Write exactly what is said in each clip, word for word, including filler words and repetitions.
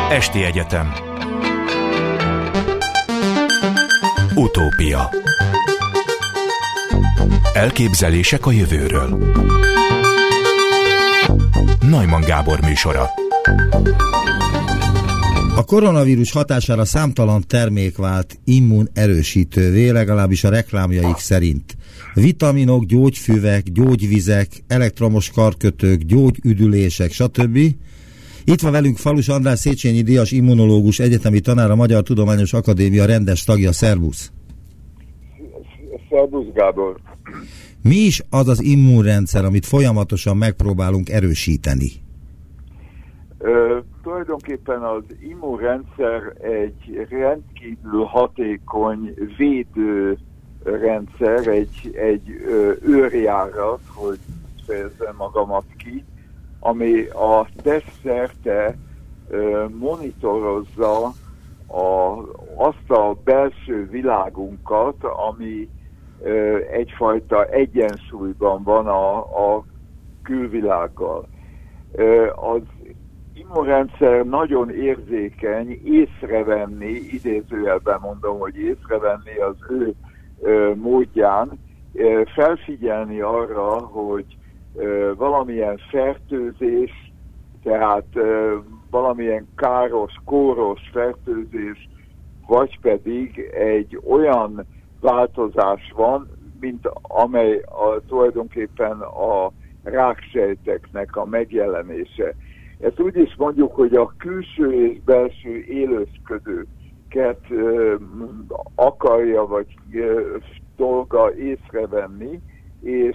Esti Egyetem. Utópia. Elképzelések a jövőről. Neumann Gábor műsora. A koronavírus hatására számtalan termék vált immunerősítővé, legalábbis a reklámjaik szerint. Vitaminok, gyógyfüvek, gyógyvizek, elektromos karkötők, gyógyüdülések, stb. Itt van velünk Falus András Széchenyi díjas immunológus, egyetemi tanár, a Magyar Tudományos Akadémia rendes tagja. Szervusz! Szervusz, Gábor! Mi is az az immunrendszer, amit folyamatosan megpróbálunk erősíteni? Ö, tulajdonképpen az immunrendszer egy rendkívül hatékony védőrendszer, egy, egy ö, őrjárat, hogy fejezzem magamat ki, ami a testszerte ö, monitorozza a, azt a belső világunkat, ami ö, egyfajta egyensúlyban van a, a külvilággal. Ö, az immunrendszer nagyon érzékeny, észrevenni, idézőjelben mondom, hogy észrevenni az ő ö, módján, ö, felfigyelni arra, hogy ö, valamilyen fertőzés, tehát ö, valamilyen káros, kóros fertőzés, vagy pedig egy olyan változás van, mint amely a, tulajdonképpen a ráksejteknek a megjelenése. Ezt úgy is mondjuk, hogy a külső és belső élősködőket ö, akarja, vagy ö, dolga észrevenni, és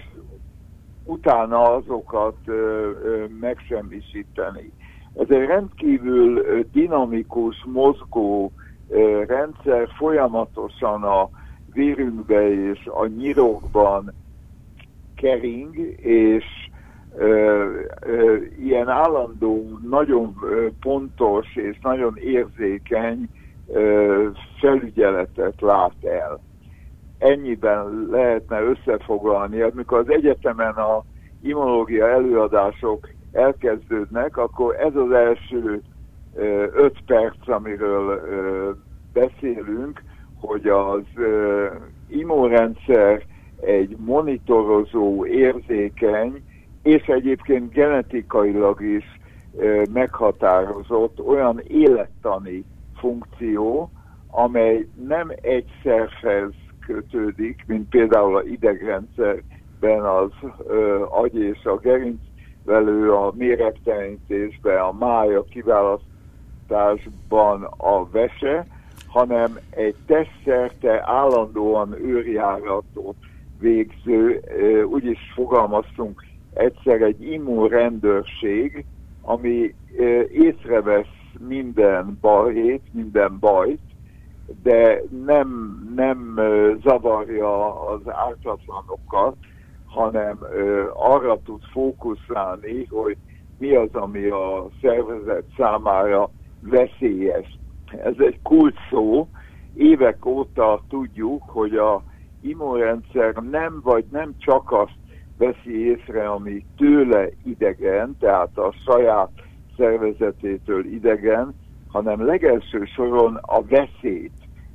utána azokat ö, ö, megsemmisíteni. Ez egy rendkívül ö, dinamikus, mozgó ö, rendszer, folyamatosan a vérünkbe és a nyirokban kering, és Ö, ö, ilyen állandó, nagyon ö, pontos és nagyon érzékeny ö, felügyeletet lát el. Ennyiben lehetne összefoglalni. Amikor az egyetemen a immunológia előadások elkezdődnek, akkor ez az első ö, öt perc, amiről ö, beszélünk, hogy az ö, immunrendszer egy monitorozó, érzékeny, és egyébként genetikailag is e, meghatározott olyan élettani funkció, amely nem egy szervhez kötődik, mint például az idegrendszerben az e, agy és a gerincvelő, a méregtelenítésben, a máj, a kiválasztásban a vese, hanem egy testszerte állandóan őrjáratot végző, e, úgy is fogalmaztunk, egyszer egy immunrendőrség, ami észrevesz minden balhét, minden bajt, de nem, nem zavarja az ártatlanokat, hanem arra tud fókuszálni, hogy mi az, ami a szervezet számára veszélyes. Ez egy kulcs szó. Évek óta tudjuk, hogy az immunrendszer nem vagy nem csak azt veszi észre, ami tőle idegen, tehát a saját szervezetétől idegen, hanem legelső soron a veszélyt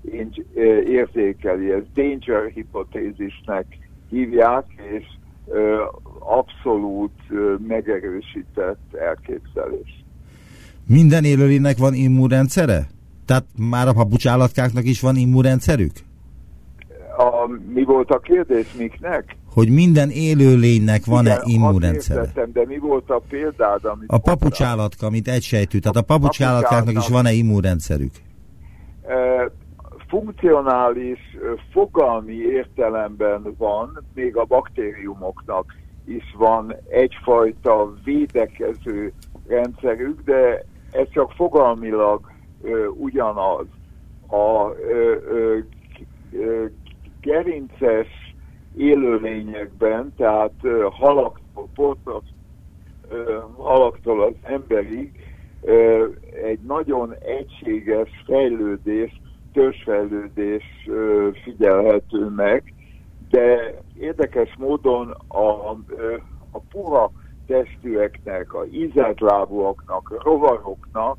érzékeli. Ez danger hipotézisnek hívják, és abszolút megerősített elképzelés. Minden élőlénynek van immunrendszere? Tehát már a papucsállatkáknak is van immunrendszerük? A, mi volt a kérdés miknek? Hogy minden élőlénynek van-e immunrendszere? Értettem, de mi volt a példád? Amit a papucsállatka, mint egysejtű. Tehát a papucsállatkáknak is van-e immunrendszerük? E, funkcionális, fogalmi értelemben van, még a baktériumoknak is van egyfajta védekező rendszerük, de ez csak fogalmilag ö, ugyanaz. A ö, ö, ö, gerinces élőlényekben, tehát uh, halaktól, portól, uh, halaktól az emberig uh, egy nagyon egységes fejlődés, törzsfejlődés uh, figyelhető meg, de érdekes módon a, uh, a puha testűeknek, a ízeltlábúaknak, a rovaroknak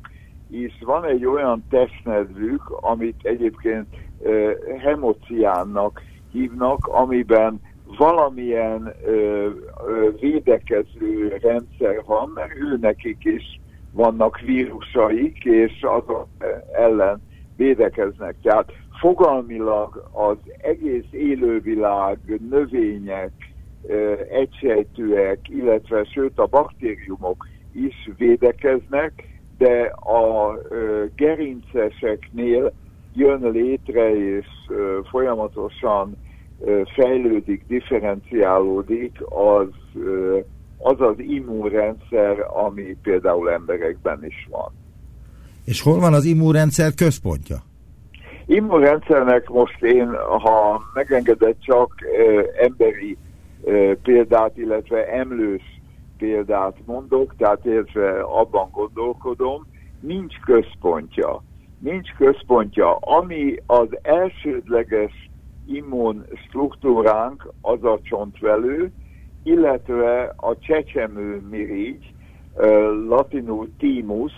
és van egy olyan testnedvük, amit egyébként uh, hemociánnak hívnak, amiben valamilyen ö, ö, védekező rendszer van, mert ő nekik is vannak vírusaik, és azok ellen védekeznek. Tehát fogalmilag az egész élővilág, növények, ö, egysejtűek, illetve sőt a baktériumok is védekeznek, de a ö, gerinceseknél jön létre és ö, folyamatosan fejlődik, differenciálódik az, az az immunrendszer, ami például emberekben is van. És hol van az immunrendszer központja? Immunrendszernek most én, ha megengedett, csak emberi példát, illetve emlős példát mondok, tehát illetve abban gondolkodom, nincs központja. Nincs központja. Ami az elsődleges immun struktúránk az a csontvelő, illetve a csecsemőmirigy, latinul thymus,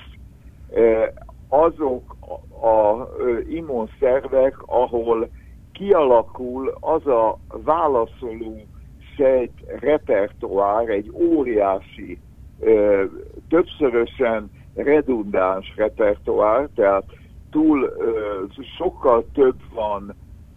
azok az immunszervek, ahol kialakul az a válaszoló sejt repertoár, egy óriási, többszörösen redundáns repertoár, tehát túl sokkal több van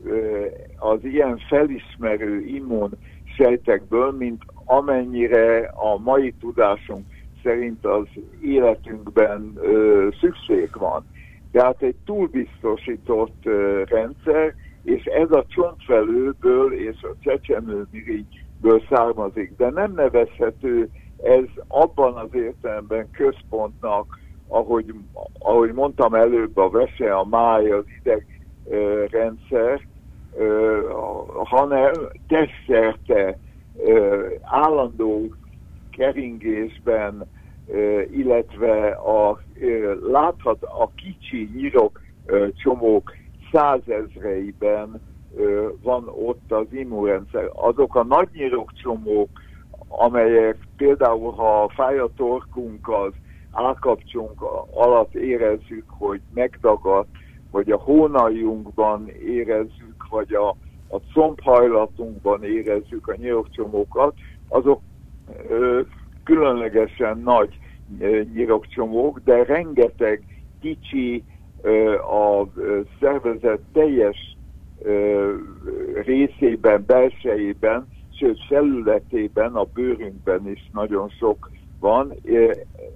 az ilyen felismerő immun sejtekből, mint amennyire a mai tudásunk szerint az életünkben ö, szükség van. Tehát egy túlbiztosított ö, rendszer, és ez a csontvelőből és a csecsemőmirigyből származik. De nem nevezhető ez abban az értelemben központnak, ahogy, ahogy mondtam előbb, a vese, a máj, az ideg ö, rendszer, ö, hanem testszerte ö, állandó keringésben, illetve a, láthat a kicsi nyirok csomók százezreiben van ott az immunrendszer. Azok a nagy nyirok csomók, amelyek például, ha fáj a torkunk, az állkapcsunk alatt érezzük, hogy megdagadt, vagy a hónaljunkban érezzük, vagy a, a combhajlatunkban érezzük a nyirokcsomókat, azok ö, különlegesen nagy ö, nyirokcsomók, de rengeteg kicsi ö, a ö, szervezet teljes ö, részében, belsejében, sőt felületében, a bőrünkben is nagyon sok van, ö,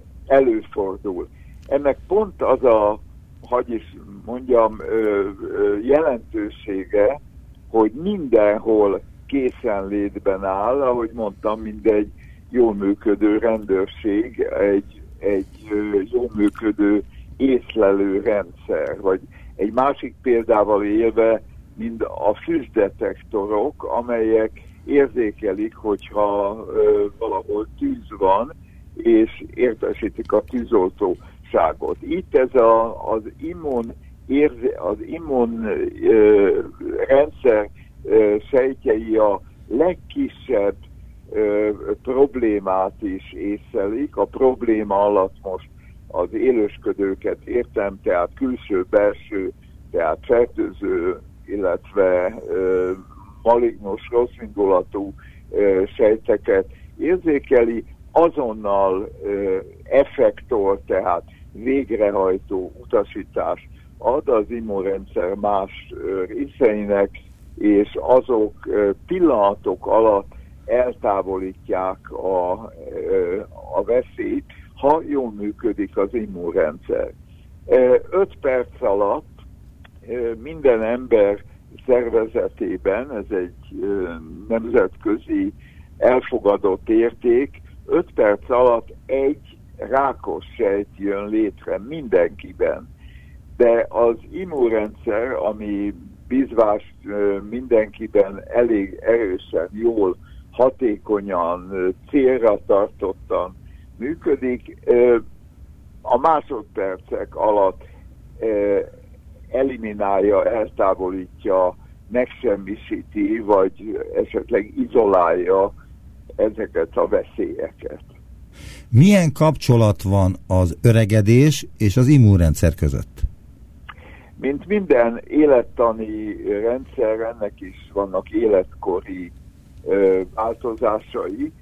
előfordul. Ennek pont az a, hogy is mondjam, ö, ö, jelentősége, hogy mindenhol készenlétben áll, ahogy mondtam, mindegy jól működő rendőrség, egy, egy jól működő észlelő rendszer, vagy egy másik példával élve, mind a füstdetektorok, amelyek érzékelik, hogyha ö, valahol tűz van, és értesítik a tűzoltóságot. Itt ez a, az immun, érze, az immun ö, rendszer ö, sejtjei a legkisebb ö, problémát is észlelik. A probléma alatt most az élősködőket értem, tehát külső-belső, tehát fertőző, illetve ö, malignus, rosszindulatú ö, sejteket érzékeli, azonnal ö, effektor, tehát végrehajtó utasítás ad az immunrendszer más ö, részeinek, és azok ö, pillanatok alatt eltávolítják a, ö, a veszélyt, ha jól működik az immunrendszer. Ö, öt perc alatt ö, minden ember szervezetében, ez egy ö, nemzetközi elfogadott érték, öt perc alatt egy rákos sejt jön létre mindenkiben. De az immunrendszer, ami bízvást mindenkiben elég erősen, jól, hatékonyan, célra tartottan működik, a másodpercek alatt eliminálja, eltávolítja, megsemmisíti, vagy esetleg izolálja ezeket a veszélyeket. Milyen kapcsolat van az öregedés és az immunrendszer között? Mint minden élettani rendszer, ennek is vannak életkori ö, változásai.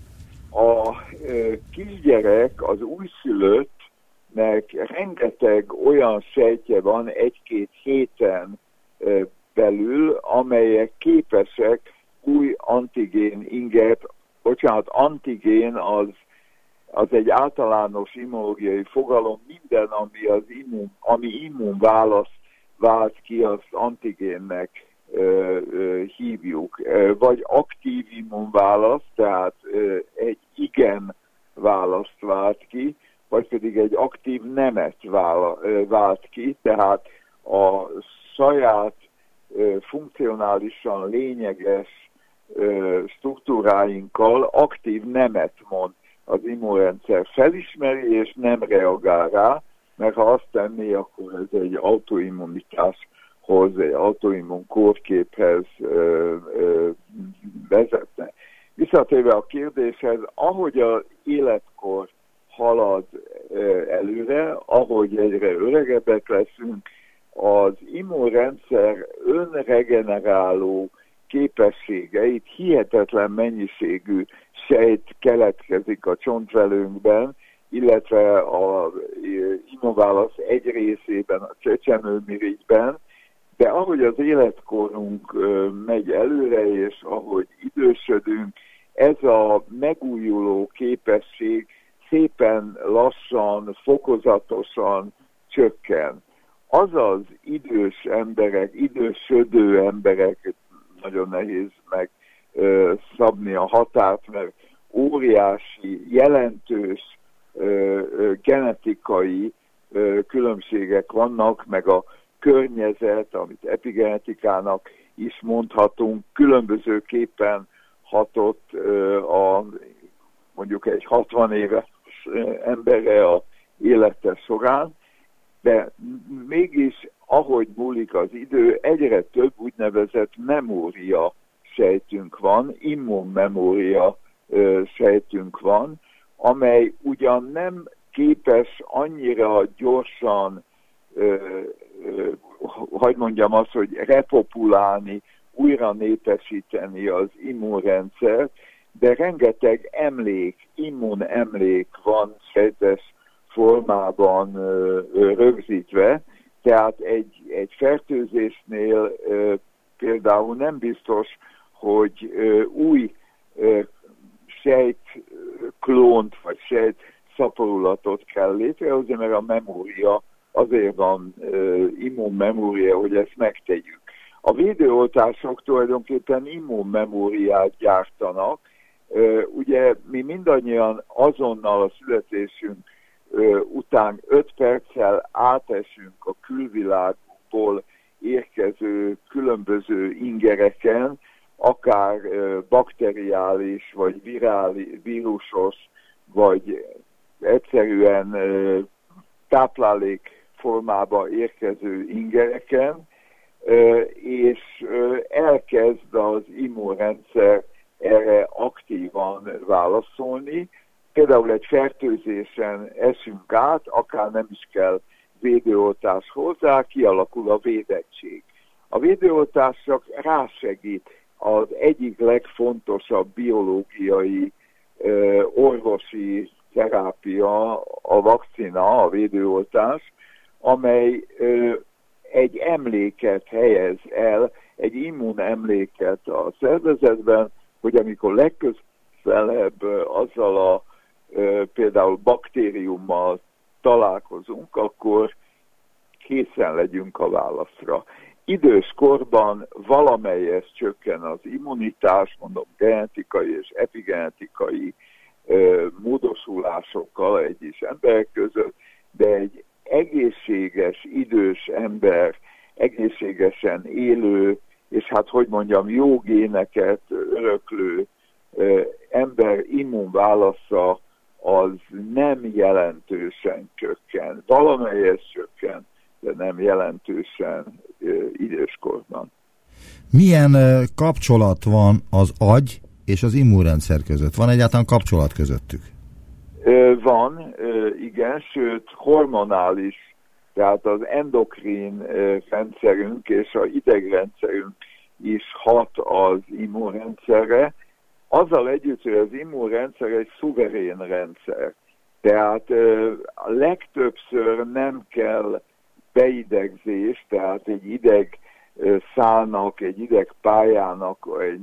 A ö, kisgyerek, az újszülöttnek rengeteg olyan sejtje van egy-két héten ö, belül, amelyek képesek új antigén inget, bocsánat, antigén az az egy általános immunológiai fogalom, minden, ami az immun, ami immunválaszt vált ki, azt antigénnek ö, ö, hívjuk. Vagy aktív immunválaszt, tehát ö, egy igen választ vált ki, vagy pedig egy aktív nemet vála, ö, vált ki, tehát a saját ö, funkcionálisan lényeges ö, struktúráinkkal aktív nemet mond az immunrendszer felismeri, és nem reagál rá, mert ha azt tenné, akkor ez egy autoimmunitáshoz, egy autoimmun kórképhez ö, ö, vezetne. Visszatérve a kérdéshez, ahogy az életkor halad ö, előre, ahogy egyre öregebbek leszünk, az immunrendszer önregeneráló képességeit, hihetetlen mennyiségű sejt keletkezik a csontvelőnkben, illetve a immunválasz egy részében, a csecsemőmirigyben, de ahogy az életkorunk megy előre, és ahogy idősödünk, ez a megújuló képesség szépen lassan, fokozatosan csökken. Azaz idős emberek, idősödő emberek, nagyon nehéz meg ö, szabni a határt, mert óriási, jelentős ö, ö, genetikai ö, különbségek vannak, meg a környezet, amit epigenetikának is mondhatunk, különbözőképpen hatott ö, a mondjuk egy hatvan éves emberre a élete során, de mégis, ahogy múlik az idő, egyre több úgynevezett memória sejtünk van, immunmemória ö, sejtünk van, amely ugyan nem képes annyira gyorsan, ö, ö, hogy mondjam azt, hogy repopulálni, újra népesíteni az immunrendszert, de rengeteg emlék, immunemlék van sejtes formában ö, ö, rögzítve, tehát egy, egy fertőzésnél ö, például nem biztos, hogy ö, új ö, sejtklónt vagy sejt szaporulatot kell létrehozni, mert a memória azért van ö, immunmemória, hogy ezt megtegyük. A védőoltások tulajdonképpen immunmemóriát gyártanak. Ö, ugye mi mindannyian azonnal a születésünk ö, után öt perccel átesünk a külvilágból érkező különböző ingereken, akár ö, bakteriális, vagy virális, vírusos, vagy egyszerűen ö, táplálék formába érkező ingereken, ö, és ö, elkezd az immunrendszer erre aktívan válaszolni. Például egy fertőzésen esünk át, akár nem is kell védőoltás hozzá, kialakul a védettség. A védőoltás csak rásegít az egyik legfontosabb biológiai, ö, orvosi terápia, a vakcina, a védőoltás, amely ö, egy emléket helyez el, egy immunemléket a szervezetben, hogy amikor legközelebb azzal a ö, például baktériummal találkozunk, akkor készen legyünk a válaszra. Idős korban valamelyes csökken az immunitás, mondom, genetikai és epigenetikai ö, módosulásokkal egyes emberek között, de egy egészséges, idős ember, egészségesen élő, és hát hogy mondjam, jó géneket öröklő ö, ember immunválasza az nem jelentősen csökken. Valamelyes csökken, de nem jelentősen ö, időskorban. Milyen ö, kapcsolat van az agy és az immunrendszer között? Van egyáltalán kapcsolat közöttük? Van, igen, sőt hormonális, tehát az endokrin rendszerünk és az idegrendszerünk is hat az immunrendszerre, azzal együtt, hogy az immunrendszer egy szuverén rendszer. Tehát a legtöbbször nem kell beidegzés, tehát egy ideg szálnak, egy idegpályának, egy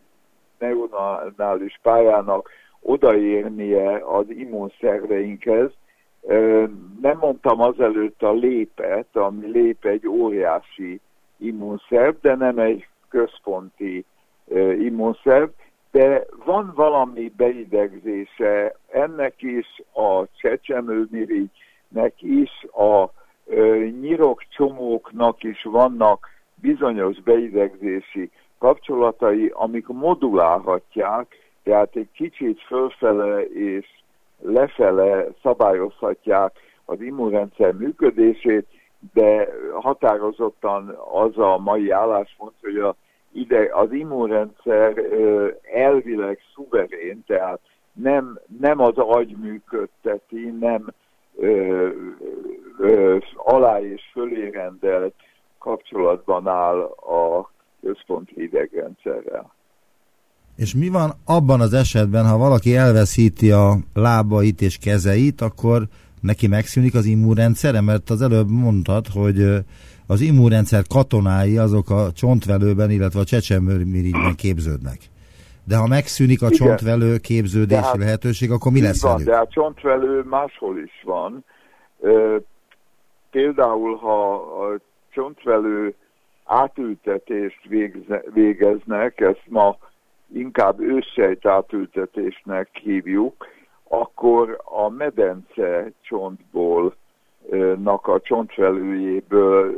neuronális pályának odaérnie az immunszerveinkhez. Nem mondtam azelőtt a lépet, ami lép egy óriási immunszerv, de nem egy központi immunszerv, de van valami beidegzése ennek is, a csecsemőmirigynek is, a nyirokcsomóknak is vannak bizonyos beidegzési kapcsolatai, amik modulálhatják, tehát egy kicsit fölfele és lefele szabályozhatják az immunrendszer működését, de határozottan az a mai álláspont, hogy a ide, az immunrendszer elvileg szuverén, tehát nem, nem az agy működteti, nem ö, ö, alá és fölé rendelt kapcsolatban áll a központi idegrendszerrel. És mi van abban az esetben, ha valaki elveszíti a lábait és kezeit, akkor neki megszűnik az immunrendszere? Mert az előbb mondtad, hogy az immunrendszer katonái azok a csontvelőben, illetve a csecsemőmirigyben képződnek. De ha megszűnik a Igen. csontvelő képződési hát, lehetőség, akkor mi lesz van, velük? De a csontvelő máshol is van. E, például, ha a csontvelő átültetést végze, végeznek, ezt ma inkább őssejt átültetésnek hívjuk, akkor a medence csontból nak a csontvelőjéből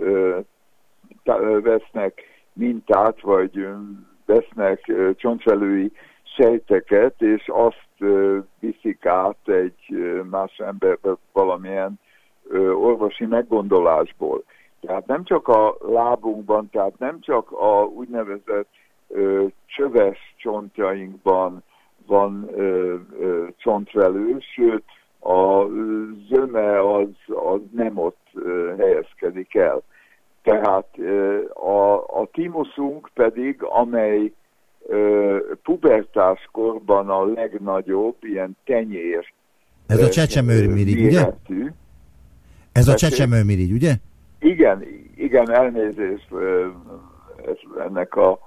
vesznek mintát, vagy vesznek csontvelői sejteket, és azt viszik át egy más emberbe valamilyen orvosi meggondolásból. Tehát nem csak a lábunkban, tehát nem csak a úgynevezett csöves csontjainkban van csontvelő, sőt a zöme az, az nem ott helyezkedik el. Tehát a, a tímuszunk pedig, amely pubertáskorban a legnagyobb, ilyen tenyér. Ez a csecsemőmirigy, ugye? Ez a csecsemőmirigy, ugye? Igen, igen, elnézést ennek a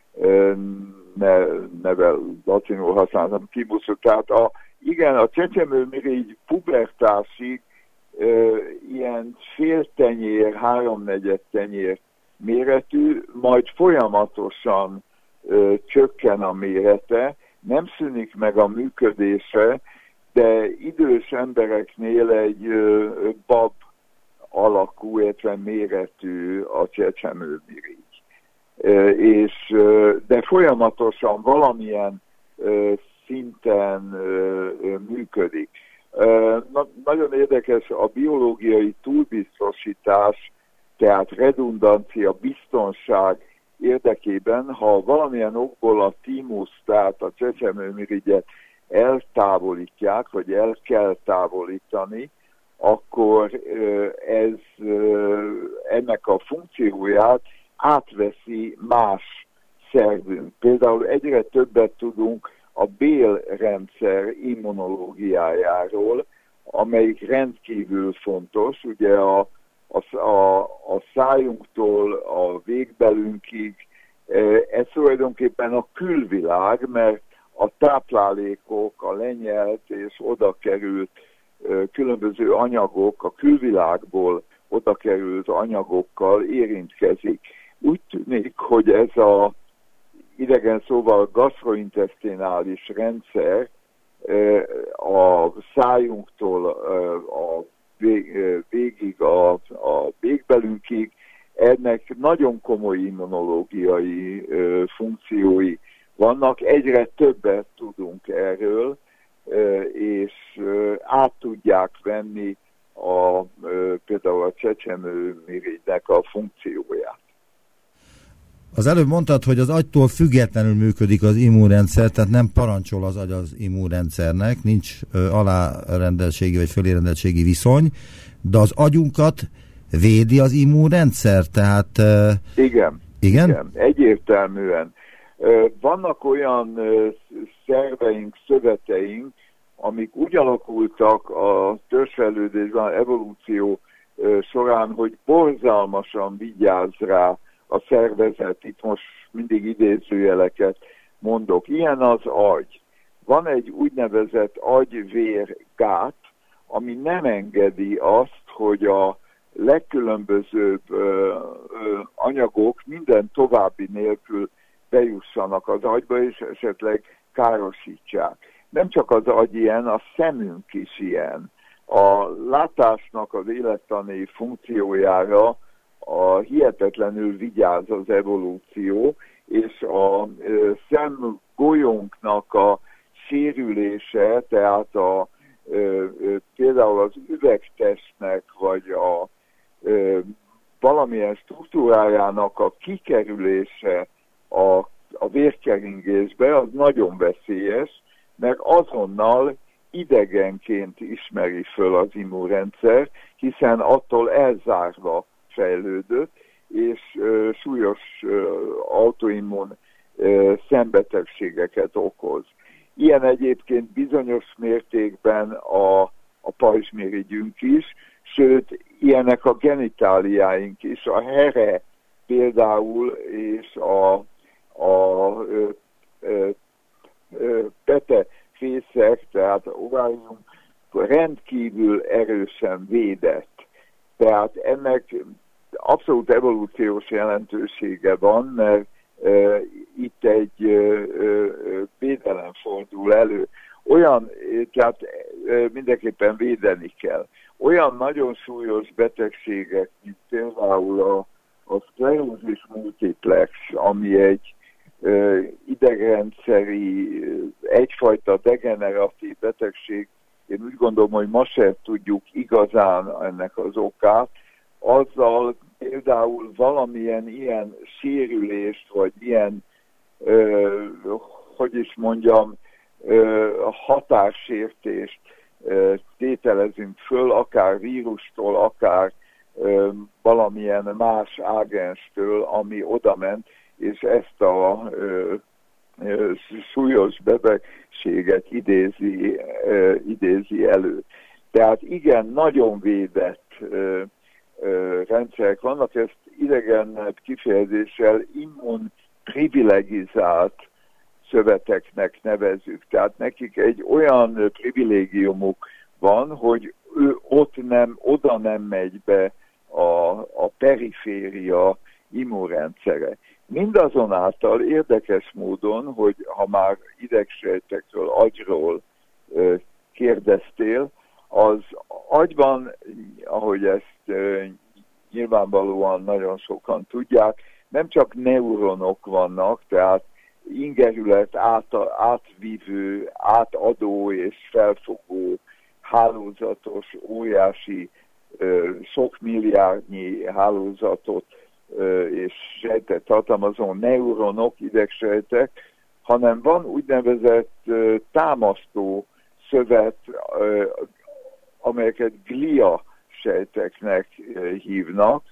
ne, neve latinul használtam, tímuszok. Tehát a Igen, a csecsemőmirigy pubertásig e, ilyen fél tenyér, háromnegyed tenyér méretű, majd folyamatosan e, csökken a mérete, nem szűnik meg a működése, de idős embereknél egy e, bab alakú, illetve méretű a csecsemőmirigy. E, és, e, de folyamatosan valamilyen e, szinten ö, ö, működik. Ö, na, nagyon érdekes a biológiai túlbiztosítás, tehát redundancia, biztonság érdekében, ha valamilyen okból a tímusz, tehát a csecsemőmirigyet eltávolítják, vagy el kell távolítani, akkor ö, ez ö, ennek a funkcióját átveszi más szervünk. Például egyre többet tudunk a bélrendszer immunológiájáról, amelyik rendkívül fontos, ugye a, a, a, a szájunktól a végbelünkig, ez tulajdonképpen a külvilág, mert a táplálékok, a lenyelt és oda került különböző anyagok, a külvilágból oda került anyagokkal érintkezik. Úgy tűnik, hogy ez a idegen szóval gastrointesztinális rendszer a szájunktól a végig, a, a végbelünkig, ennek nagyon komoly immunológiai funkciói vannak, egyre többet tudunk erről, és át tudják venni a, például a csecsemőmirigynek a funkcióját. Az előbb mondtad, hogy az agytól függetlenül működik az immunrendszer, tehát nem parancsol az agy az immunrendszernek, nincs ö, alárendeltségi vagy fölérendeltségi viszony, de az agyunkat védi az immunrendszer, tehát... Ö, igen, igen, igen, egyértelműen. Vannak olyan szerveink, szöveteink, amik úgy alakultak a törzsfejlődésben, evolúció során, hogy borzalmasan vigyáz rá a szervezet. Itt most mindig idézőjeleket mondok. Ilyen az agy. Van egy úgynevezett agy-vér-gát, ami nem engedi azt, hogy a legkülönbözőbb ö, ö, anyagok minden további nélkül bejussanak az agyba, és esetleg károsítsák. Nem csak az agy ilyen, a szemünk is ilyen. A látásnak az élettani funkciójára a hihetetlenül vigyáz az evolúció, és a ö, szemgolyónknak a sérülése, tehát a, ö, ö, például az üvegtestnek, vagy a ö, valamilyen struktúrájának a kikerülése a, a vérkeringésbe, az nagyon veszélyes, mert azonnal idegenként ismeri föl az immunrendszer, hiszen attól elzárva fejlődött, és ö, súlyos ö, autoimmun ö, szembetegségeket okoz. Ilyen egyébként bizonyos mértékben a, a pajzsmirigyünk is, sőt, ilyenek a genitáliáink is, a here például, és a, a ö, ö, ö, petefészek, tehát ovárium rendkívül erősen védett. Tehát ennek abszolút evolúciós jelentősége van, mert uh, itt egy uh, uh, védelem fordul elő. Olyan, tehát uh, mindenképpen védeni kell. Olyan nagyon súlyos betegségek, mint például a, a szklerózis multiplex, ami egy uh, idegrendszeri, uh, egyfajta degeneratív betegség, én úgy gondolom, hogy ma sem tudjuk igazán ennek az okát, azzal például valamilyen ilyen sérülést, vagy ilyen, ö, hogy is mondjam, ö, határsértést ö, tételezünk föl, akár vírustól, akár ö, valamilyen más ágenstől, ami odament, és ezt a ö, ö, súlyos betegséget idézi, ö, idézi elő. Tehát igen, nagyon védett ö, rendszerek vannak, ezt idegen kifejezéssel immun privilegizált szöveteknek nevezzük. Tehát nekik egy olyan privilégiumuk van, hogy ő ott nem, oda nem megy be a, a periféria immunrendszere. Mindazonáltal érdekes módon, hogy ha már idegsejtekről, agyról kérdeztél, az agyban, ahogy ezt e, nyilvánvalóan nagyon sokan tudják, nem csak neuronok vannak, tehát ingerület, át, átvívő, átadó és felfogó, hálózatos, óriási, e, sok milliárdnyi hálózatot e, és sejtet tartalmazó neuronok, idegsejtek, hanem van úgynevezett e, támasztó szövet, e, amelyeket glia sejteknek hívnak.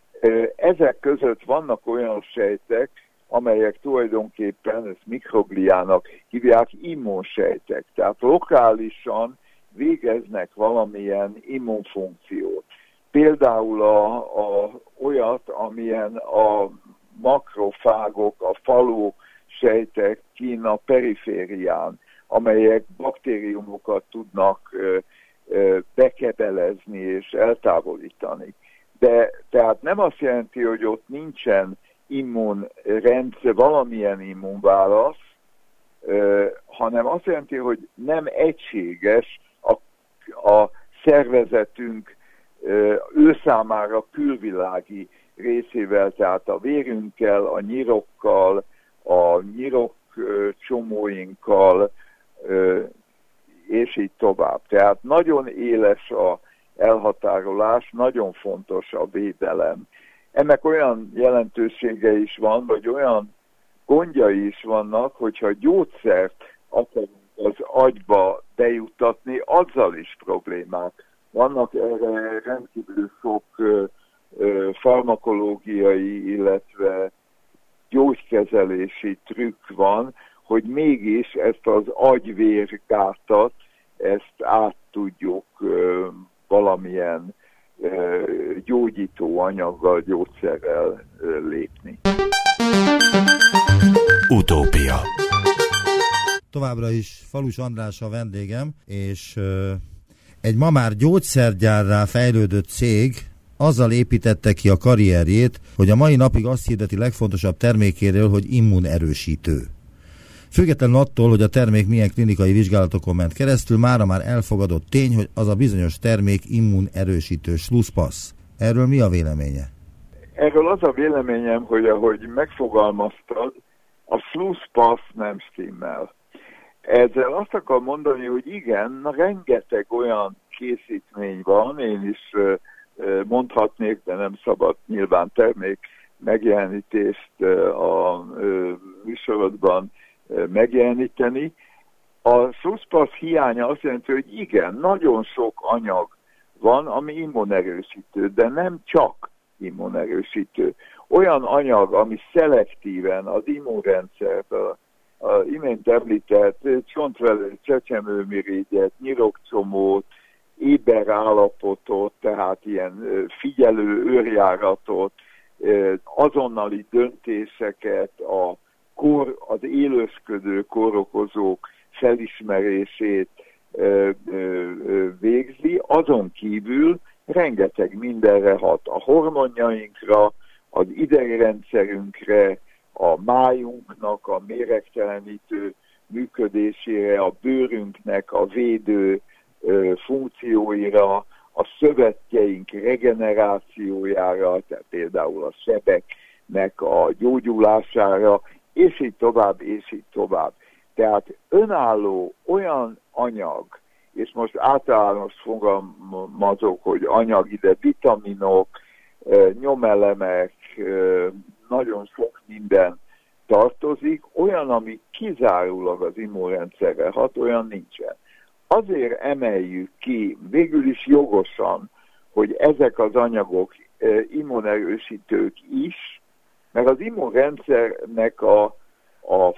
Ezek között vannak olyan sejtek, amelyek tulajdonképpen, ezt mikrogliának hívják, immunsejtek. Tehát lokálisan végeznek valamilyen immunfunkciót. Például a, a, olyat, amilyen a makrofágok, a faló sejtek kín a periférián, amelyek baktériumokat tudnak bekebelezni és eltávolítani. De tehát nem azt jelenti, hogy ott nincsen immunrendszer, valamilyen immunválasz, hanem azt jelenti, hogy nem egységes a, a szervezetünk ő számára külvilági részével, tehát a vérünkkel, a nyirokkal, a nyirok csomóinkkal, és így tovább. Tehát nagyon éles a elhatárolás, nagyon fontos a védelem. ennek olyan jelentősége is van, vagy olyan gondjai is vannak, hogyha gyógyszert akarunk az agyba bejuttatni, azzal is problémák. Vannak erre rendkívül sok ö, ö, farmakológiai, illetve gyógykezelési trükk van, hogy mégis ezt az agyvérgátat, ezt át tudjuk ö, valamilyen ö, gyógyító anyaggal, gyógyszerrel ö, lépni. Utópia. Továbbra is Falus András a vendégem, és ö, egy ma már gyógyszergyárrá fejlődött cég azzal építette ki a karrierjét, hogy a mai napig azt hirdeti legfontosabb termékéről, hogy immunerősítő. Függetlenül attól, hogy a termék milyen klinikai vizsgálatokon ment keresztül, mára már elfogadott tény, hogy az a bizonyos termék immunerősítő slusszpassz. Erről mi a véleménye? Erről az a véleményem, hogy ahogy megfogalmaztad, a slusszpassz nem stimmel. Ezzel azt akar mondani, hogy igen, rengeteg olyan készítmény van, én is mondhatnék, de nem szabad nyilván termék megjelenítést a műsorodban megjeleníteni. A slusszpassz hiánya azt jelenti, hogy igen, nagyon sok anyag van, ami immunerősítő, de nem csak immunerősítő. Olyan anyag, ami szelektíven az immunrendszert, az imént említett csontvelő, csecsemőmirigyet, nyirokcsomót, éber állapotot, tehát ilyen figyelő őrjáratot, azonnali döntéseket, a kor, az élősködő kórokozók felismerését végzi, azon kívül rengeteg mindenre hat a hormonjainkra, az idegrendszerünkre, a májunknak a méregtelenítő működésére, a bőrünknek a védő ö, funkcióira, a szövetjeink regenerációjára, tehát például a sebeknek a gyógyulására, és így tovább, és így tovább. Tehát önálló olyan anyag, és most általános fogalmazok, hogy anyag ide vitaminok, nyomelemek, nagyon sok minden tartozik, olyan, ami kizárólag az immunrendszerre hat, olyan nincsen. Azért emeljük ki, végül is jogosan, hogy ezek az anyagok immunerősítők is, mert az immunrendszernek a, a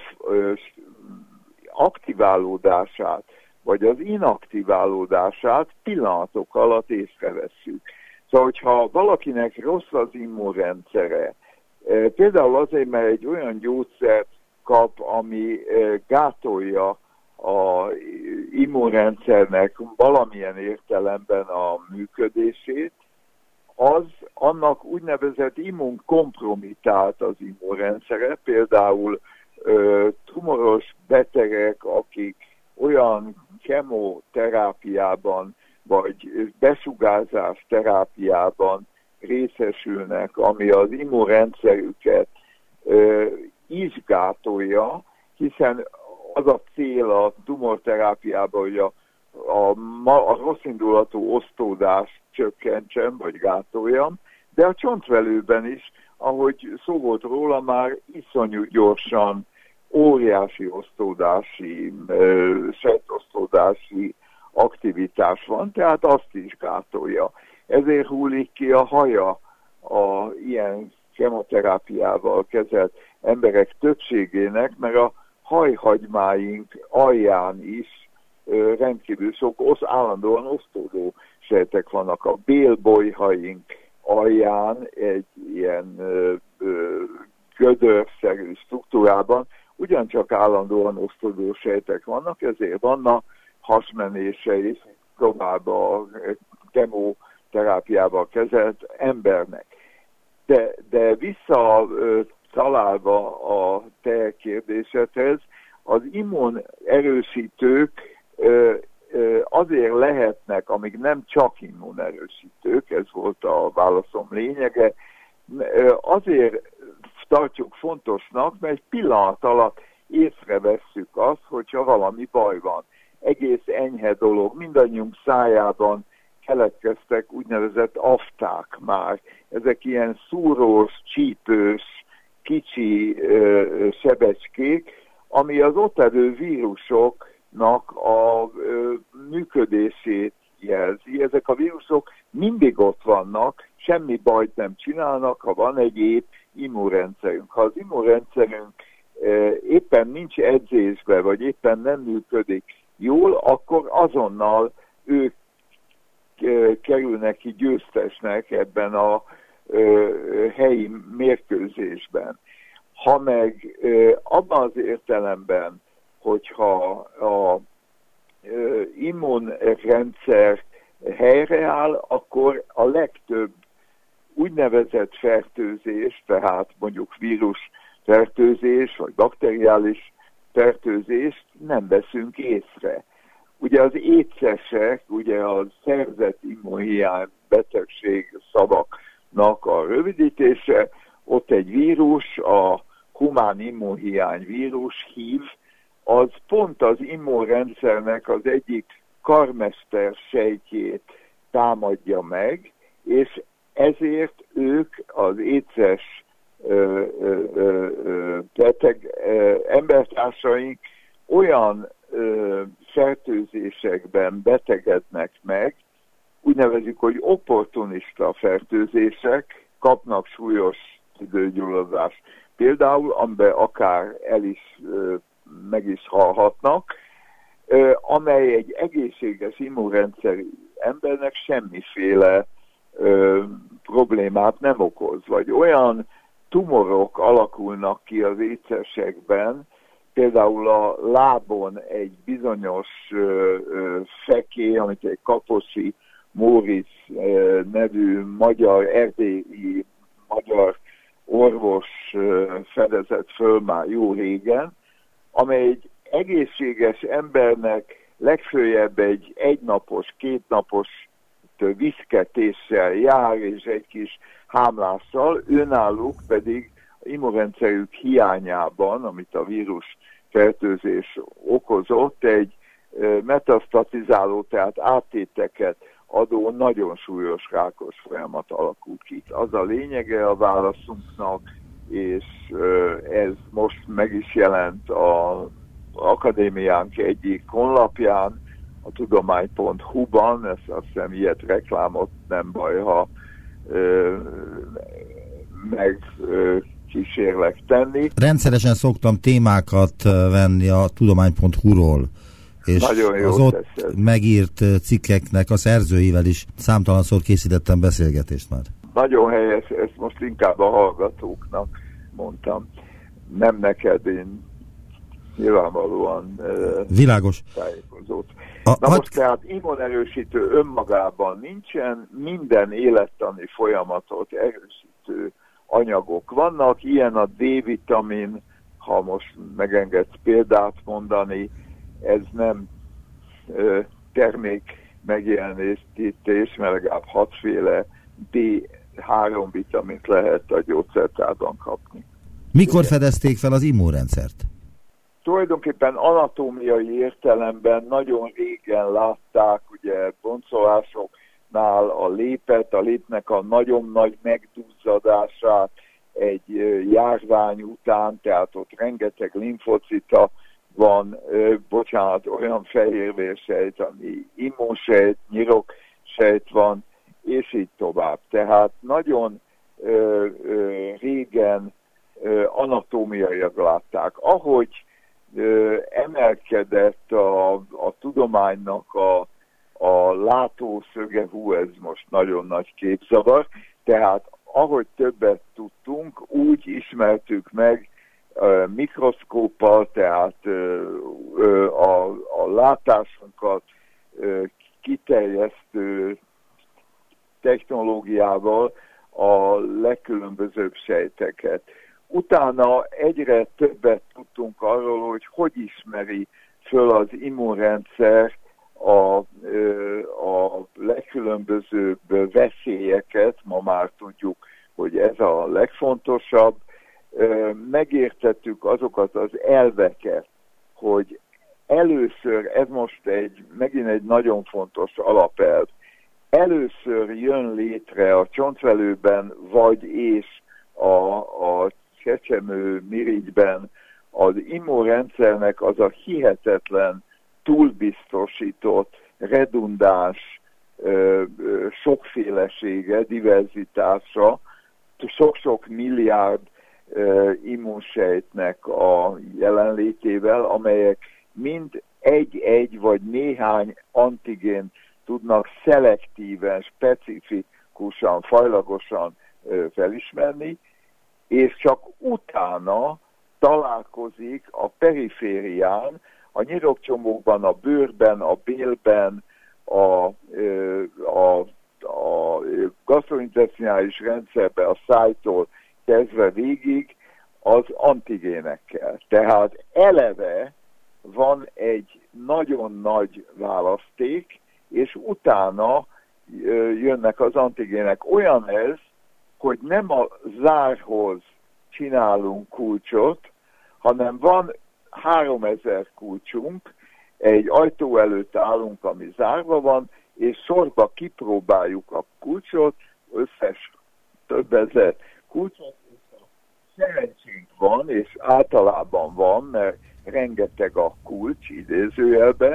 aktiválódását, vagy az inaktiválódását pillanatok alatt észrevesszük. Szóval, hogyha valakinek rossz az immunrendszere, például azért, mert egy olyan gyógyszert kap, ami gátolja az immunrendszernek valamilyen értelemben a működését, az annak úgynevezett immunkompromitált az immunrendszere, például tumoros betegek, akik olyan kemoterápiában vagy besugárzás terápiában részesülnek, ami az immunrendszerüket ö, is gátolja, hiszen az a cél a tumorterápiában, hogy a, a, a rosszindulatú osztódást csökkentsen, vagy gátoljam, de a csontvelőben is, ahogy szó volt róla, már iszonyú gyorsan óriási osztódási, sejtosztódási aktivitás van, tehát azt is gátolja. Ezért hullik ki a haja a ilyen kemoterápiával kezelt emberek többségének, mert a hajhagymáink alján is ö, rendkívül sok osz, állandóan osztódó sejtek vannak. A bélbolyhaink alján egy ilyen ö, ö, gödörszerű struktúrában ugyancsak állandóan osztódó sejtek vannak, ezért vannak hasmenése is tovább a kemoterápiával kezelt embernek. De, de visszatalálva a te kérdésedhez, az immunerősítők azért lehetnek, amíg nem csak immunerősítők, ez volt a válaszom lényege, azért tartjuk fontosnak, mert egy pillanat alatt észrevesszük azt, hogyha valami baj van. Egész enyhe dolog, mindannyiunk szájában keletkeztek úgynevezett afták már. Ezek ilyen szúrós, csípős, kicsi ö, sebecskék, ami az ott elő vírusoknak a ö, működését jelzi. Ezek a vírusok mindig ott vannak, semmi bajt nem csinálnak, ha van egy épp immunrendszerünk. Ha az immunrendszerünk ö, éppen nincs edzésbe, vagy éppen nem működik jól, akkor azonnal ők ö, kerülnek ki győztesnek ebben a ö, helyi mérkőzésben. Ha meg ö, abban az értelemben, hogyha a ö, immunrendszer helyreáll, akkor a legtöbb úgynevezett fertőzés, tehát mondjuk vírus fertőzés, vagy bakteriális fertőzést nem veszünk észre. Ugye az étszesek, ugye a szerzett immunhiány betegség szavaknak a rövidítése, ott egy vírus, a humán immunhiány vírus, hív, az pont az immunrendszernek az egyik karmester sejtjét támadja meg, és ezért ők az étszes ö, ö, ö, beteg ö, embertársaink olyan ö, fertőzésekben betegednek meg, úgy nevezik, hogy opportunista fertőzések, kapnak súlyos tüdőgyulladást. Például, amiben akár el is, meg is halhatnak, amely egy egészséges immunrendszerű embernek semmiféle ö, problémát nem okoz. Vagy olyan tumorok alakulnak ki az étszersekben, például a lábon egy bizonyos ö, ö, feké, amit egy Kaposi Móricz ö, nevű magyar, erdélyi magyar orvos ö, fedezett föl már jó régen, amely egy egészséges embernek legfőjebb egy egynapos, kétnapos viszketéssel jár, és egy kis hámlással, önállók pedig immunrendszerük hiányában, amit a vírus fertőzés okozott, egy metasztatizáló, tehát áttéteket adó nagyon súlyos rákos folyamat alakul ki. Az a lényege a válaszunknak, és ez most meg is jelent az akadémiánk egyik honlapján, a tudomány pont hu-ban, ezt azt hiszem ilyet reklámot nem baj, ha ö, meg ö, kísérlek tenni. Rendszeresen szoktam témákat venni a tudomány pont hu-ról, és az ott teszed. Megírt cikkeknek a szerzőivel is számtalanszor készítettem beszélgetést már. Nagyon helyes, ezt most inkább a hallgatóknak mondtam. Nem neked, én nyilvánvalóan világos tájékozót. A, Na hat... most tehát immunerősítő önmagában nincsen, minden élettani folyamatot erősítő anyagok vannak, ilyen a D-vitamin, ha most megengedsz példát mondani, ez nem ö, termék megjelenítés, mert legalább hatféle dé három vitamint lehet a gyógyszertárban kapni. Mikor fedezték fel az immunrendszert? Tulajdonképpen anatómiai értelemben nagyon régen látták, ugye boncolásoknál a lépet, a lépnek a nagyon nagy megduzzadását egy járvány után, tehát ott rengeteg limfocita van, bocsánat, olyan fehérvérsejt, ami immunsejt, nyiroksejt van, és így tovább. Tehát nagyon ö, ö, régen ö, anatómiaiak látták. Ahogy ö, emelkedett a, a tudománynak a, a látószöge, hú, ez most nagyon nagy képzavar, tehát ahogy többet tudtunk, úgy ismertük meg ö, mikroszkóppal, tehát ö, ö, a, a látásunkat ö, kiterjesztő technológiával a legkülönbözőbb sejteket. Utána egyre többet tudtunk arról, hogy hogy ismeri föl az immunrendszer a, a legkülönbözőbb veszélyeket, ma már tudjuk, hogy ez a legfontosabb. Megértettük azokat az elveket, hogy először, ez most egy, megint egy nagyon fontos alapelv, először jön létre a csontvelőben, vagy és a, a csecsemő mirigyben az immunrendszernek az a hihetetlen, túlbiztosított, redundáns ö, ö, sokfélesége, diverzitása, sok-sok milliárd ö, immunsejtnek a jelenlétével, amelyek mind egy-egy vagy néhány antigén tudnak szelektíven, specifikusan, fajlagosan ö, felismerni, és csak utána találkozik a periférián, a nyirokcsomókban, a bőrben, a bélben, a, a, a gastrointeszinális rendszerben, a szájtól kezdve végig az antigénekkel. Tehát eleve van egy nagyon nagy választék, és utána jönnek az antigének. Olyan ez, hogy nem a zárhoz csinálunk kulcsot, hanem van háromezer kulcsunk, egy ajtó előtt állunk, ami zárva van, és sorba kipróbáljuk a kulcsot, összes több ezer kulcsot, és a szerencsénk van, és általában van, mert rengeteg a kulcs, idézőjelbe,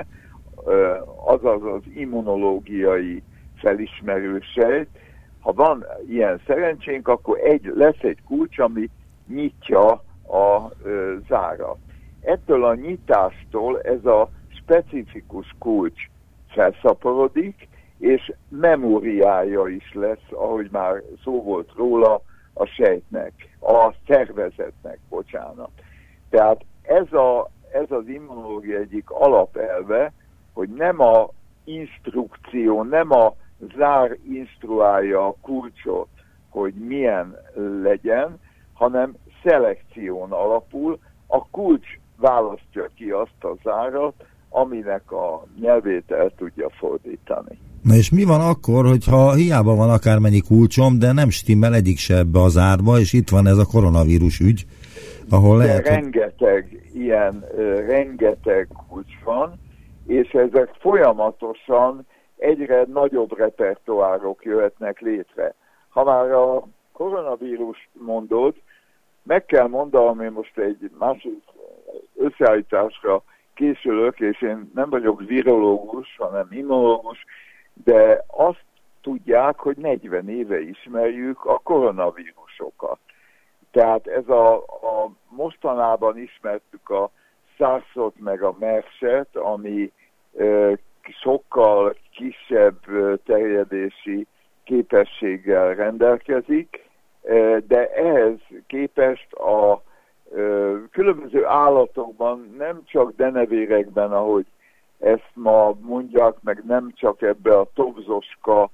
azaz az immunológiai felismerő sejt. Ha van ilyen szerencsénk, akkor egy, lesz egy kulcs, ami nyitja a ö, zárat. Ettől a nyitástól ez a specifikus kulcs felszaporodik, és memóriája is lesz, ahogy már szó volt róla, a sejtnek, a szervezetnek, bocsánat. Tehát ez, a, ez az immunológia egyik alapelve, hogy nem a instrukció, nem a zár instruálja a kulcsot, hogy milyen legyen, hanem szelekción alapul, a kulcs választja ki azt a zárat, aminek a nyelvét el tudja fordítani. Na és mi van akkor, hogyha hiába van akármennyi kulcsom, de nem stimmel egyik se ebbe az árba, és itt van ez a koronavírus ügy, ahol lehet... De rengeteg hogy... ilyen, rengeteg kulcs van, és ezek folyamatosan egyre nagyobb repertoárok jöhetnek létre. Ha már a koronavírust mondod, meg kell mondanom, én most egy másik összeállításra készülök, és én nem vagyok virológus, hanem immunológus, de azt tudják, hogy negyven éve ismerjük a koronavírusokat. Tehát ez a, a mostanában ismertük a SARS-ot meg a MERS-et, ami e, sokkal kisebb terjedési képességgel rendelkezik, de ehhez képest a különböző állatokban, nem csak denevérekben, ahogy ezt ma mondják, meg nem csak ebbe a tobzoska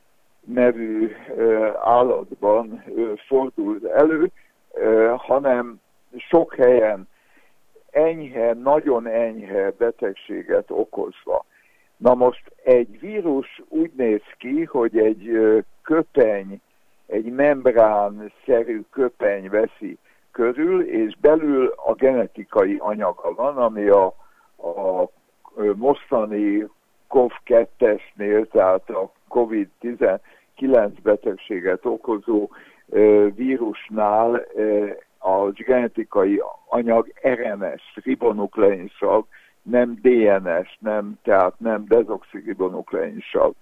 nevű állatban fordul elő, hanem sok helyen enyhe, nagyon enyhe betegséget okozva. Na most egy vírus úgy néz ki, hogy egy köpeny, egy membrán-szerű köpeny veszi körül, és belül a genetikai anyaga van, ami a, a mostani kov kettesnél, tehát a kovid tizenkilenc betegséget okozó vírusnál a genetikai anyag er en es, ribonukleinsav, nem dé en es, nem, tehát nem dezoxirribonukleinsav.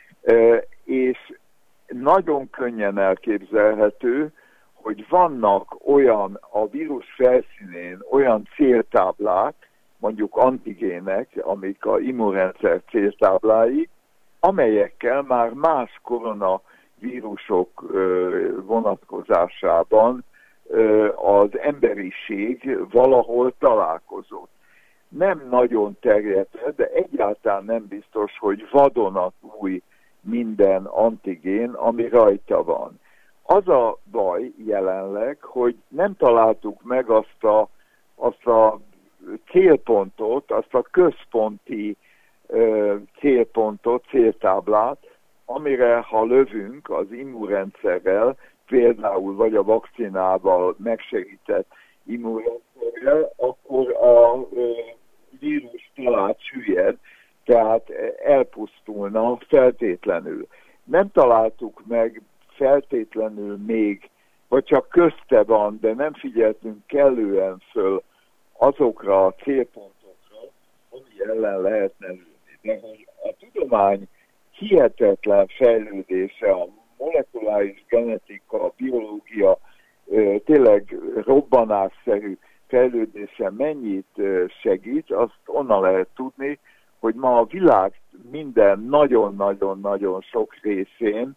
És nagyon könnyen elképzelhető, hogy vannak olyan a vírus felszínén olyan céltáblák, mondjuk antigének, amik a immunrendszer céltáblái, amelyekkel már más koronavírusok vonatkozásában az emberiség valahol találkozott. Nem nagyon terjedt, de egyáltalán nem biztos, hogy vadonatúj minden antigén, ami rajta van. Az a baj jelenleg, hogy nem találtuk meg azt a, azt a célpontot, azt a központi ö, célpontot, céltáblát, amire ha lövünk az immunrendszerrel, például vagy a vakcinával megsegített immunrendszerrel, akkor a ö, vírus talán süllyed. tehát elpusztulna feltétlenül. Nem találtuk meg feltétlenül még, vagy csak közte van, de nem figyeltünk kellően föl azokra a célpontokra, ami ellen lehetne lőni. De hogy a tudomány hihetetlen fejlődése, a molekuláris genetika, a biológia tényleg robbanásszerű fejlődése mennyit segít, azt onnan lehet tudni, hogy ma a világ minden nagyon-nagyon-nagyon sok részén,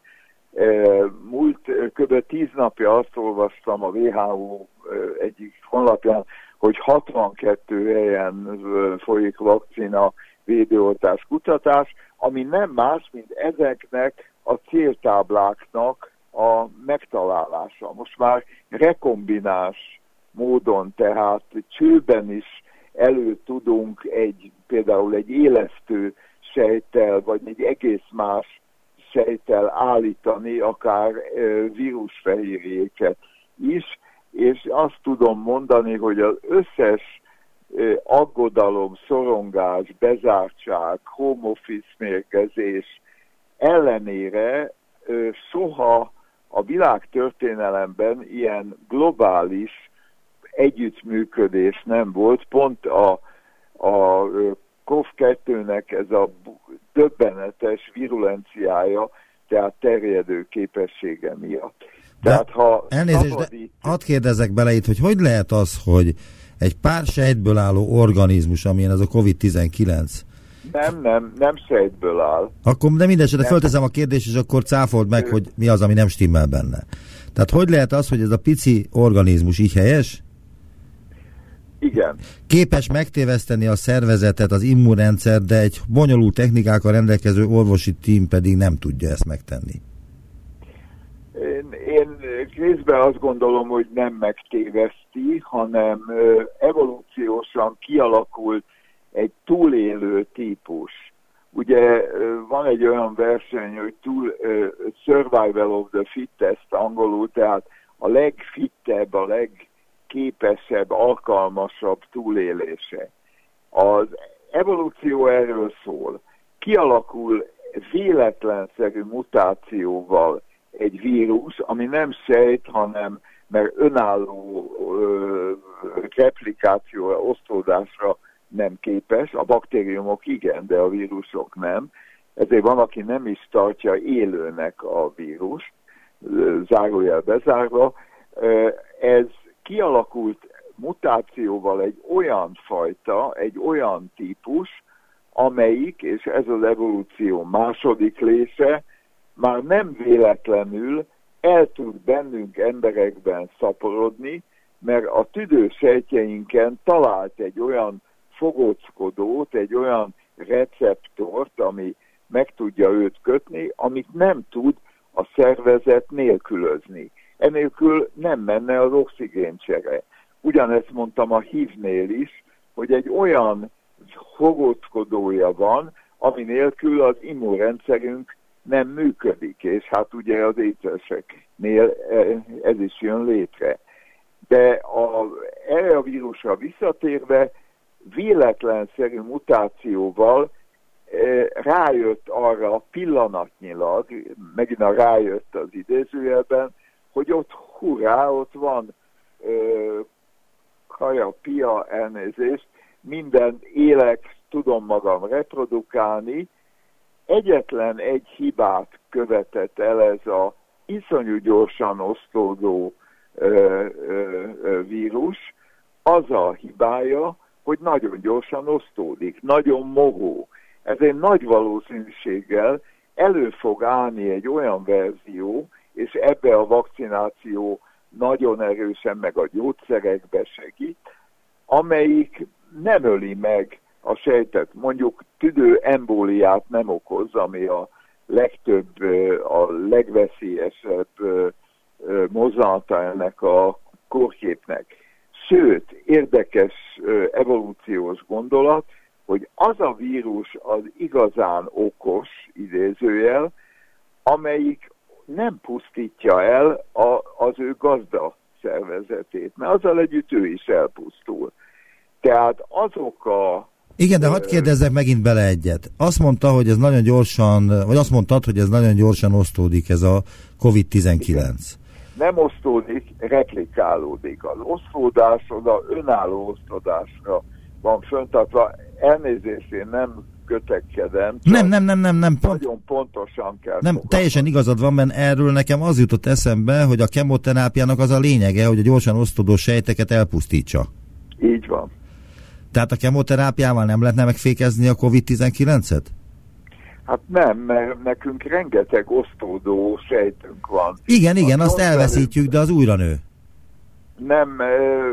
múlt kb. tíz napja azt olvastam a vé há ó egyik honlapján, hogy hatvankettő helyen folyik vakcina védőoltás kutatás, ami nem más, mint ezeknek a céltábláknak a megtalálása. Most már rekombinás módon, tehát csőben is elő tudunk egy, például egy élesztő sejttel, vagy egy egész más sejttel állítani, akár vírusfehérjéket is, és azt tudom mondani, hogy az összes aggodalom, szorongás, bezártság, home office mérgezés ellenére soha a világ történelemben ilyen globális együttműködés nem volt. Pont a, a kov kettőnek ez a döbbenetes virulenciája, tehát terjedő képessége miatt. Tehát, ha elnézést, szabadít... de hadd kérdezzek bele itt, hogy hogy lehet az, hogy egy pár sejtből álló organizmus, amilyen ez a kovid tizenkilenc. Nem, nem, nem sejtből áll. Akkor de mindesetre fölteszem a kérdést, és akkor cáfold meg, ő... hogy mi az, ami nem stimmel benne. Tehát hogy lehet az, hogy ez a pici organizmus így helyes? Igen. Képes megtéveszteni a szervezetet, az immunrendszer, de egy bonyolult technikákkal rendelkező orvosi tím pedig nem tudja ezt megtenni. Én, én részben azt gondolom, hogy nem megtéveszti, hanem evolúciósan kialakult egy túlélő típus. Ugye van egy olyan verseny, hogy túl, uh, survival of the fittest angolul, tehát a legfittebb, a legképesebb, alkalmasabb túlélése. Az evolúció erről szól. Kialakul véletlenszerű mutációval egy vírus, ami nem sejt, hanem mert önálló ö, replikációra, osztódásra nem képes, a baktériumok igen, de a vírusok nem. Ezért van, aki nem is tartja élőnek a vírust, zárójel bezárva. Ez kialakult mutációval egy olyan fajta, egy olyan típus, amelyik, és ez az evolúció második része, már nem véletlenül el tud bennünk emberekben szaporodni, mert a tüdősejtjeinken talált egy olyan fogóckodót, egy olyan receptort, ami meg tudja őt kötni, amit nem tud a szervezet nélkülözni. Enélkül nem menne az oxigéncsere. Ugyanezt mondtam a há i vé-nél is, hogy egy olyan fogóckodója van, ami nélkül az immunrendszerünk nem működik, és hát ugye az étszereseknél ez is jön létre. De a, erre a vírusra visszatérve, véletlenszerű mutációval e, rájött arra pillanatnyilag, megint a rájött az idézőjelben, hogy ott hurrá, ott van e, kaja, pia, elnézést, minden élek, tudom magam reprodukálni. Egyetlen egy hibát követett el ez a iszonyú gyorsan osztódó ö, ö, ö, vírus. Az a hibája, hogy nagyon gyorsan osztódik, nagyon mohó. Ezért nagy valószínűséggel elő fog állni egy olyan verzió, és ebbe a vakcináció nagyon erősen, meg a gyógyszerekbe segít, amelyik nem öli meg a sejtet, mondjuk tüdőembóliát nem okoz, ami a legtöbb, a legveszélyesebb mozzanata ennek a kórképnek. Sőt, érdekes evolúciós gondolat, hogy az a vírus az igazán okos, idézőjel, amelyik nem pusztítja el a, az ő gazda szervezetét, mert azzal együtt ő is elpusztul. Tehát azok a Igen, de hadd kérdezzek megint bele egyet. Azt mondta, hogy ez nagyon gyorsan, vagy azt mondtad, hogy ez nagyon gyorsan osztódik, ez a kovid tizenkilenc. Igen. Nem osztódik, replikálódik. Az osztódás oda önálló osztódásra van föntartva. Elnézést, én nem kötekedem. Nem, nem, nem, nem, nem. Pont, nagyon pontosan kell. Nem, teljesen igazad van, mert erről nekem az jutott eszembe, hogy a kemoterápiának az a lényege, hogy a gyorsan osztódó sejteket elpusztítsa. Így van. Tehát a kemoterápiával nem lehetne megfékezni a kovid tizenkilencet? Hát nem, mert nekünk rengeteg osztódó sejtünk van. Igen, igen, azt elveszítjük, de az újra nő. Nem, ö, ö,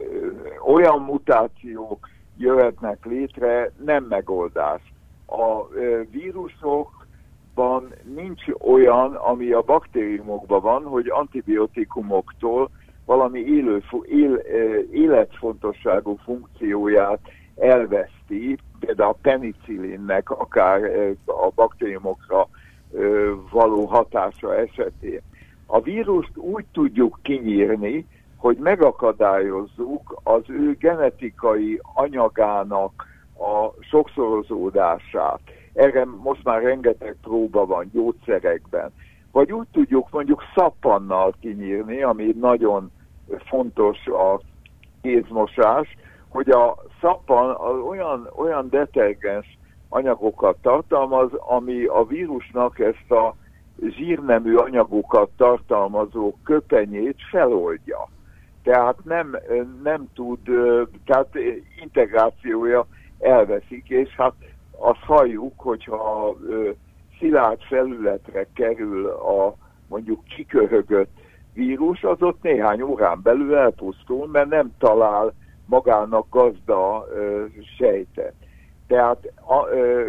olyan mutációk jöhetnek létre, nem megoldás. A ö, vírusokban nincs olyan, ami a baktériumokban van, hogy antibiotikumoktól valami élő, él, életfontosságú funkcióját elveszti, például a penicillinnek akár a baktériumokra való hatása esetén. A vírust úgy tudjuk kinyírni, hogy megakadályozzuk az ő genetikai anyagának a sokszorozódását. Erre most már rengeteg próba van gyógyszerekben. Vagy úgy tudjuk mondjuk szappannal kinyírni, ami nagyon fontos a kézmosás, hogy a szappan az olyan, olyan detergens anyagokat tartalmaz, ami a vírusnak ezt a zsírnemű anyagokat tartalmazó köpenyét feloldja. Tehát nem, nem tud, tehát integrációja elveszik, és hát azt halljuk, hogyha szilárd felületre kerül a mondjuk kiköhögött vírus, az ott néhány órán belül elpusztul, mert nem talál magának gazda ö, sejtet. Tehát a ö,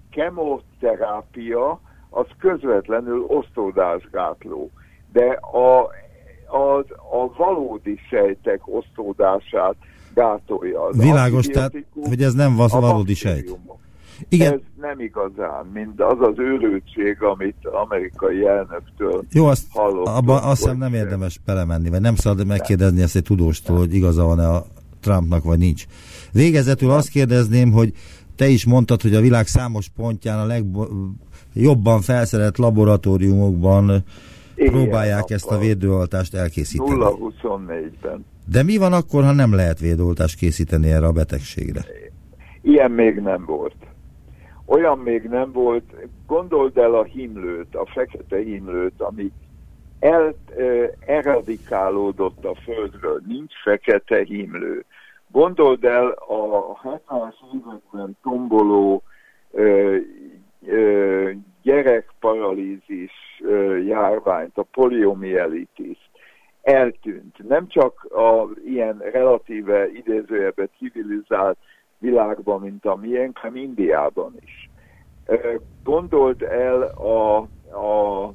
kemoterápia az közvetlenül osztódásgátló, de a, az, a valódi sejtek osztódását gátolja. Az világos, tehát, hogy ez nem az valódi sejt. Igen. Ez nem igazán, mint az az őrültség, amit amerikai elnöktől jó, azt, hallottunk. Abba azt hiszem nem érdemes belemenni, vagy nem szabad megkérdezni ezt egy tudóstól, hogy igaza van-e a Trumpnak, vagy nincs. Végezetül azt kérdezném, hogy te is mondtad, hogy a világ számos pontján a legjobban felszerelt laboratóriumokban igen, próbálják ezt a védőoltást elkészíteni. nulla huszonnégyben. De mi van akkor, ha nem lehet védőoltást készíteni erre a betegségre? Ilyen még nem volt. Olyan még nem volt, gondold el a himlőt, a fekete himlőt, ami el, eh, eradikálódott a Földről, nincs fekete himlő. Gondold el a hetvenes években tomboló eh, eh, gyerekparalízis eh, járványt, a poliomielitis. Eltűnt. Nem csak a ilyen relatíve idézőjelben civilizált világban, mint a miénk, hanem Indiában is. Gondold el a, a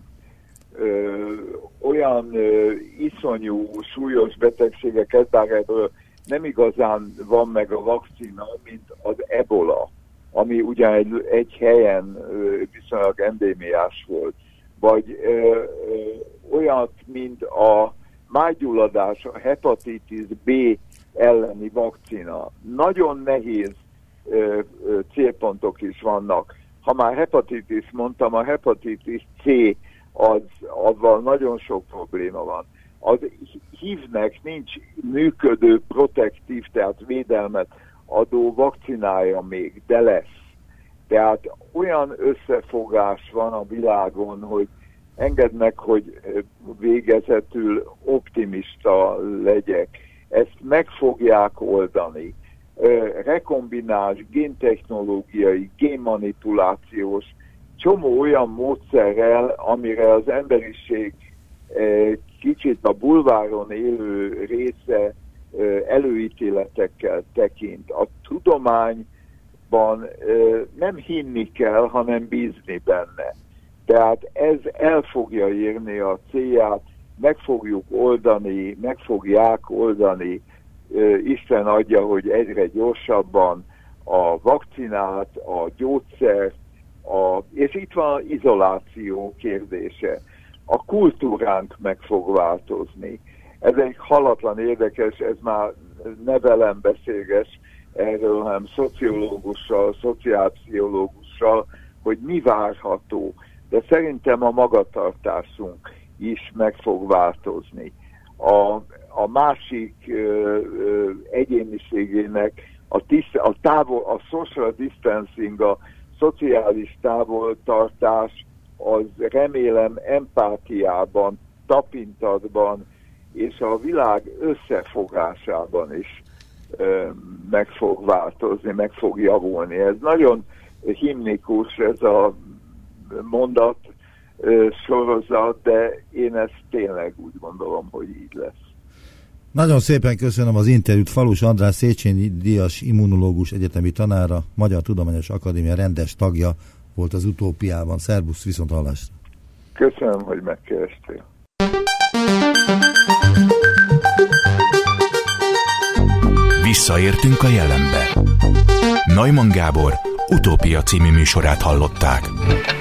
ö, olyan ö, iszonyú, súlyos betegségeket, bár ebből nem igazán van meg a vakcina, mint az ebola, ami ugyan egy, egy helyen ö, viszonylag endémiás volt, vagy ö, ö, olyat, mint a májgyulladás, a hepatitis B elleni vakcina. Nagyon nehéz ö, ö, célpontok is vannak. Ha már hepatitis mondtam, a hepatitis C, az, azzal nagyon sok probléma van. Az hívnek nincs működő, protektív, tehát védelmet adó vakcinája még, de lesz. Tehát olyan összefogás van a világon, hogy engedd meg, hogy végezetül optimista legyek. Ezt meg fogják oldani. Rekombináns, géntechnológiai, génmanipulációs, csomó olyan módszerrel, amire az emberiség kicsit a bulváron élő része előítéletekkel tekint. A tudományban nem hinni kell, hanem bízni benne. Tehát ez el fogja érni a célját, meg fogjuk oldani, meg fogják oldani, Isten adja, hogy egyre gyorsabban a vakcinát, a gyógyszert, a, és itt van az izoláció kérdése. A kultúránk meg fog változni. Ez egy halatlan érdekes, ez már ne velem beszélges, erről, hanem szociológussal, szociálpszichológussal, hogy mi várható. De szerintem a magatartásunk is meg fog változni. A, a másik ö, ö, egyéniségének a, tiszt, a, távol, a social distancing, a szociális távoltartás, az remélem empátiában, tapintatban és a világ összefogásában is ö, meg fog változni, meg fog javulni. Ez nagyon himnikus ez a mondat ö, sorozat, de én ezt tényleg úgy gondolom, hogy így lesz. Nagyon szépen köszönöm az interjút. Falus András Széchenyi díjas immunológus egyetemi tanára, Magyar Tudományos Akadémia rendes tagja volt az Utópiában. Szerbusz, viszont hallásra. Köszönöm, hogy megkerestél. Visszaértünk a jelenbe. Neumann Gábor Utópia című műsorát hallották.